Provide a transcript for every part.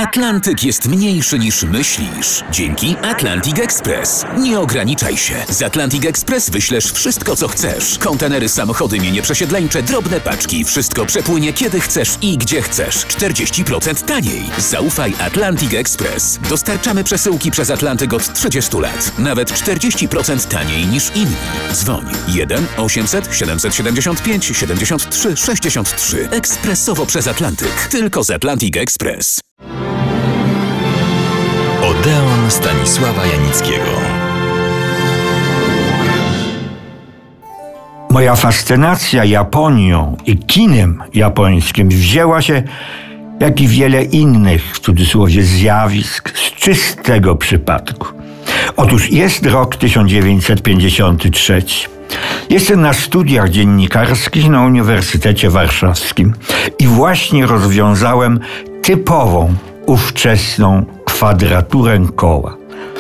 Atlantyk jest mniejszy niż myślisz. Dzięki Atlantic Express. Nie ograniczaj się. Z Atlantic Express wyślesz wszystko, co chcesz. Kontenery, samochody, mienie przesiedleńcze, drobne paczki. Wszystko przepłynie kiedy chcesz i gdzie chcesz. 40% taniej. Zaufaj Atlantic Express. Dostarczamy przesyłki przez Atlantyk od 30 lat. Nawet 40% taniej niż inni. Dzwoń 1 800 775 73 63. Ekspresowo przez Atlantyk. Tylko z Atlantic Express. Odeon Stanisława Janickiego. Moja fascynacja Japonią i kinem japońskim wzięła się, jak i wiele innych, w cudzysłowie, zjawisk, z czystego przypadku. Otóż jest rok 1953. Jestem na studiach dziennikarskich na Uniwersytecie Warszawskim i właśnie rozwiązałem typową, ówczesną kwadraturę koła.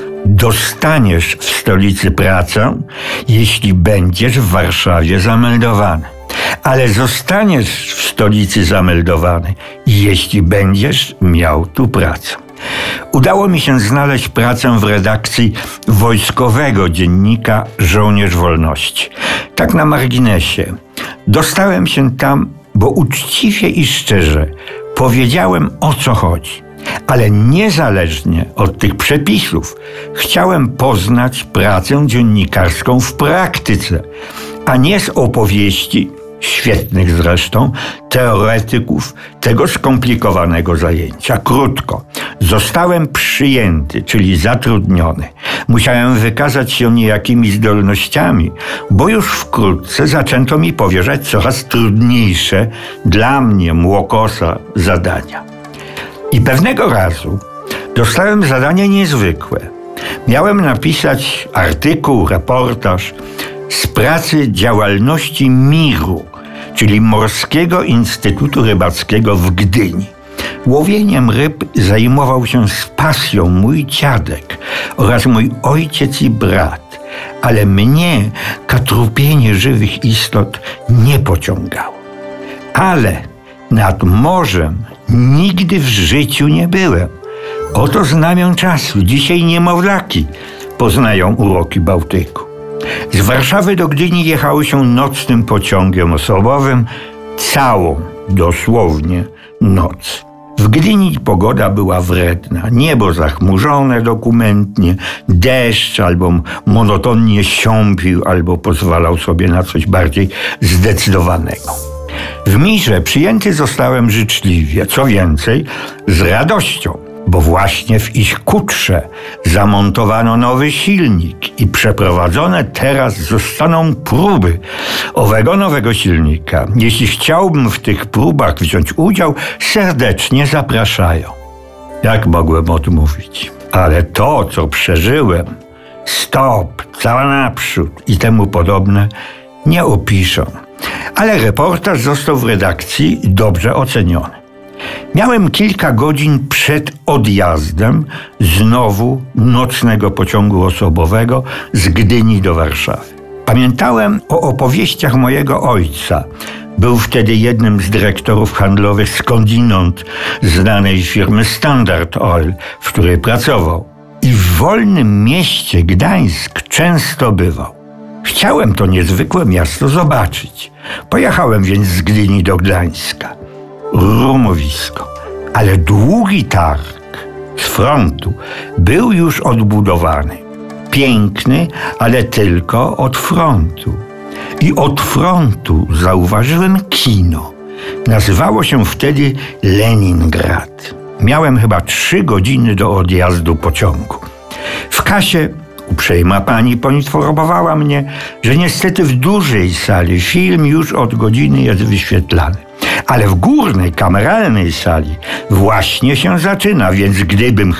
Dostaniesz w stolicy pracę, jeśli będziesz w Warszawie zameldowany. Ale zostaniesz w stolicy zameldowany, jeśli będziesz miał tu pracę. Udało mi się znaleźć pracę w redakcji wojskowego dziennika Żołnierz Wolności. Tak na marginesie. Dostałem się tam, bo uczciwie i szczerze powiedziałem, o co chodzi. Ale niezależnie od tych przepisów chciałem poznać pracę dziennikarską w praktyce, a nie z opowieści, świetnych zresztą, teoretyków tego skomplikowanego zajęcia. Krótko, zostałem przyjęty, czyli zatrudniony. Musiałem wykazać się niejakimi zdolnościami, bo już wkrótce zaczęto mi powierzać coraz trudniejsze dla mnie, młokosa, zadania. I pewnego razu dostałem zadanie niezwykłe. Miałem napisać artykuł, reportaż z pracy działalności MIR-u, czyli Morskiego Instytutu Rybackiego w Gdyni. Łowieniem ryb zajmował się z pasją mój dziadek oraz mój ojciec i brat, ale mnie katrupienie żywych istot nie pociągało. Ale nad morzem nigdy w życiu nie byłem. Oto znamion czasu. Dzisiaj niemowlaki poznają uroki Bałtyku. Z Warszawy do Gdyni jechało się nocnym pociągiem osobowym całą, dosłownie, noc. W Gdyni pogoda była wredna. Niebo zachmurzone dokumentnie, deszcz albo monotonnie siąpił, albo pozwalał sobie na coś bardziej zdecydowanego. W MIR-ze przyjęty zostałem życzliwie, co więcej, z radością, bo właśnie w ich kutrze zamontowano nowy silnik i przeprowadzone teraz zostaną próby owego nowego silnika. Jeśli chciałbym w tych próbach wziąć udział, serdecznie zapraszają. Jak mogłem odmówić? Ale to, co przeżyłem, stop, cała naprzód i temu podobne, nie opiszę. Ale reportaż został w redakcji dobrze oceniony. Miałem kilka godzin przed odjazdem znowu nocnego pociągu osobowego z Gdyni do Warszawy. Pamiętałem o opowieściach mojego ojca. Był wtedy jednym z dyrektorów handlowych skądinąd znanej firmy Standard Oil, w której pracował. I w wolnym mieście Gdańsk często bywał. Chciałem to niezwykłe miasto zobaczyć. Pojechałem więc z Gdyni do Gdańska. Rumowisko, ale długi targ z frontu był już odbudowany. Piękny, ale tylko od frontu. I od frontu zauważyłem kino. Nazywało się wtedy Leningrad. Miałem chyba 3 godziny do odjazdu pociągu. W kasie uprzejma pani poinformowała mnie, że niestety w dużej sali film już od godziny jest wyświetlany. Ale w górnej, kameralnej sali właśnie się zaczyna, więc gdybym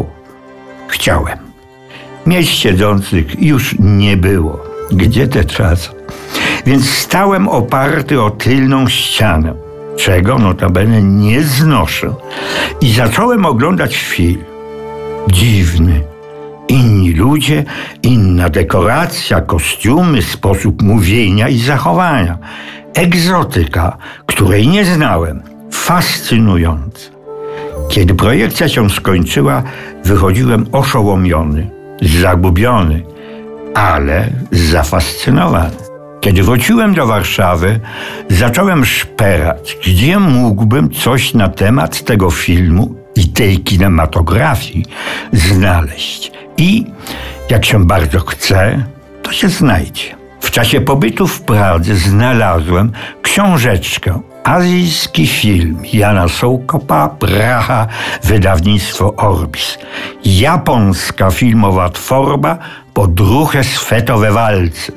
chciałem. Miejsc siedzących już nie było. Gdzie te czasy? Więc stałem oparty o tylną ścianę, czego notabene nie znoszę. I zacząłem oglądać film. Dziwny. Inni ludzie, inna dekoracja, kostiumy, sposób mówienia i zachowania. Egzotyka, której nie znałem. Fascynująca. Kiedy projekcja się skończyła, wychodziłem oszołomiony, zagubiony, ale zafascynowany. Kiedy wróciłem do Warszawy, zacząłem szperać, gdzie mógłbym coś na temat tego filmu i tej kinematografii znaleźć. I jak się bardzo chce, to się znajdzie. W czasie pobytu w Pradze znalazłem książeczkę Azijski film Jana Sołkopa, Praha, wydawnictwo Orbis. Japońska filmowa tworba po druhé světové walce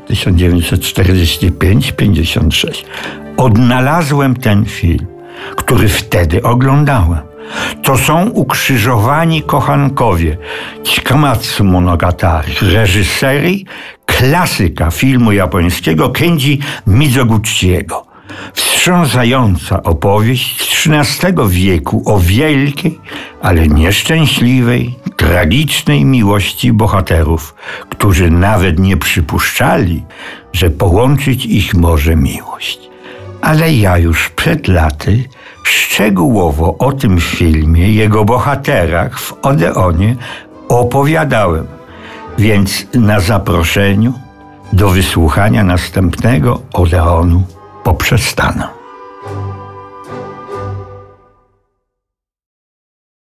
1945-56. Odnalazłem ten film, który wtedy oglądałem. To są ukrzyżowani kochankowie Chikamatsu Monogatari, reżyserii klasyka filmu japońskiego Kenji Mizoguchiego. Wstrząsająca opowieść z XIII wieku o wielkiej, ale nieszczęśliwej, tragicznej miłości bohaterów, którzy nawet nie przypuszczali, że połączyć ich może miłość. Ale ja już przed laty szczegółowo o tym filmie, jego bohaterach w Odeonie opowiadałem, więc na zaproszeniu do wysłuchania następnego Odeonu poprzestanę.